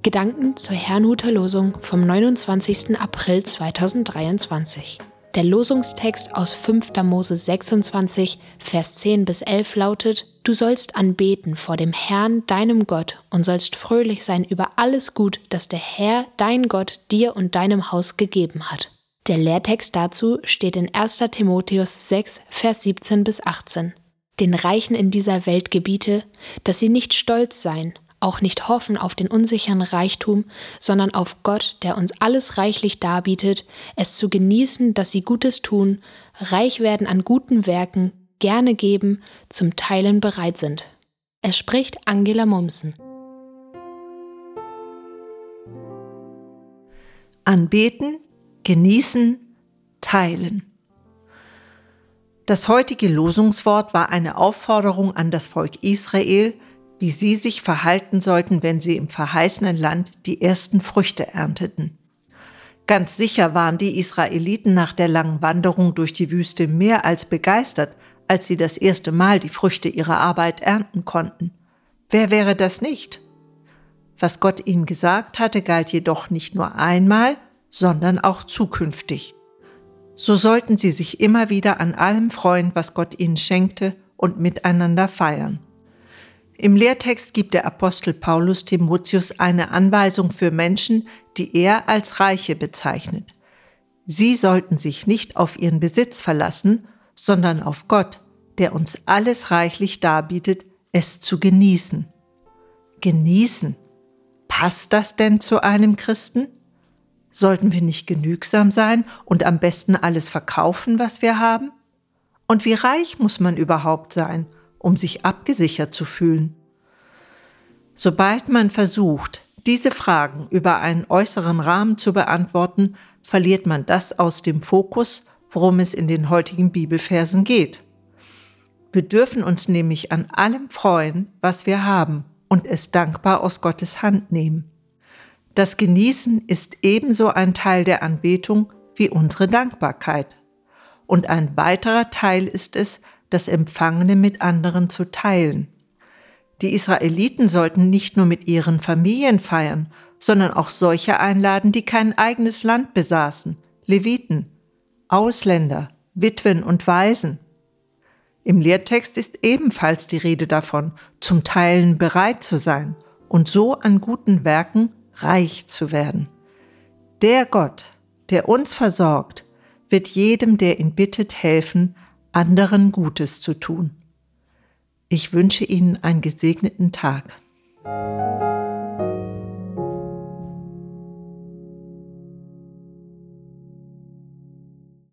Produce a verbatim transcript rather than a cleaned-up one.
Gedanken zur Herrnhuter Losung vom neunundzwanzigsten April zweitausenddreiundzwanzig. Der Losungstext aus fünfter Mose sechsundzwanzig, Vers zehn bis elf lautet: Du sollst anbeten vor dem Herrn, deinem Gott, und sollst fröhlich sein über alles Gut, das der Herr, dein Gott, dir und deinem Haus gegeben hat. Der Lehrtext dazu steht in erster Timotheus sechs, Vers siebzehn bis achtzehn. Den Reichen in dieser Welt gebiete, dass sie nicht stolz seien, auch nicht hoffen auf den unsicheren Reichtum, sondern auf Gott, der uns alles reichlich darbietet, es zu genießen, dass sie Gutes tun, reich werden an guten Werken, gerne geben, zum Teilen bereit sind. Es spricht Angela Mommsen. Anbeten, genießen, teilen. Das heutige Losungswort war eine Aufforderung an das Volk Israel, wie sie sich verhalten sollten, wenn sie im verheißenen Land die ersten Früchte ernteten. Ganz sicher waren die Israeliten nach der langen Wanderung durch die Wüste mehr als begeistert, als sie das erste Mal die Früchte ihrer Arbeit ernten konnten. Wer wäre das nicht? Was Gott ihnen gesagt hatte, galt jedoch nicht nur einmal, sondern auch zukünftig. So sollten sie sich immer wieder an allem freuen, was Gott ihnen schenkte, und miteinander feiern. Im Lehrtext gibt der Apostel Paulus Timotheus eine Anweisung für Menschen, die er als Reiche bezeichnet. Sie sollten sich nicht auf ihren Besitz verlassen, sondern auf Gott, der uns alles reichlich darbietet, es zu genießen. Genießen. Passt das denn zu einem Christen? Sollten wir nicht genügsam sein und am besten alles verkaufen, was wir haben? Und wie reich muss man überhaupt sein, um sich abgesichert zu fühlen? Sobald man versucht, diese Fragen über einen äußeren Rahmen zu beantworten, verliert man das aus dem Fokus, worum es in den heutigen Bibelversen geht. Wir dürfen uns nämlich an allem freuen, was wir haben, und es dankbar aus Gottes Hand nehmen. Das Genießen ist ebenso ein Teil der Anbetung wie unsere Dankbarkeit. Und ein weiterer Teil ist es, das Empfangene mit anderen zu teilen. Die Israeliten sollten nicht nur mit ihren Familien feiern, sondern auch solche einladen, die kein eigenes Land besaßen, Leviten, Ausländer, Witwen und Waisen. Im Lehrtext ist ebenfalls die Rede davon, zum Teilen bereit zu sein und so an guten Werken reich zu werden. Der Gott, der uns versorgt, wird jedem, der ihn bittet, helfen, anderen Gutes zu tun. Ich wünsche Ihnen einen gesegneten Tag.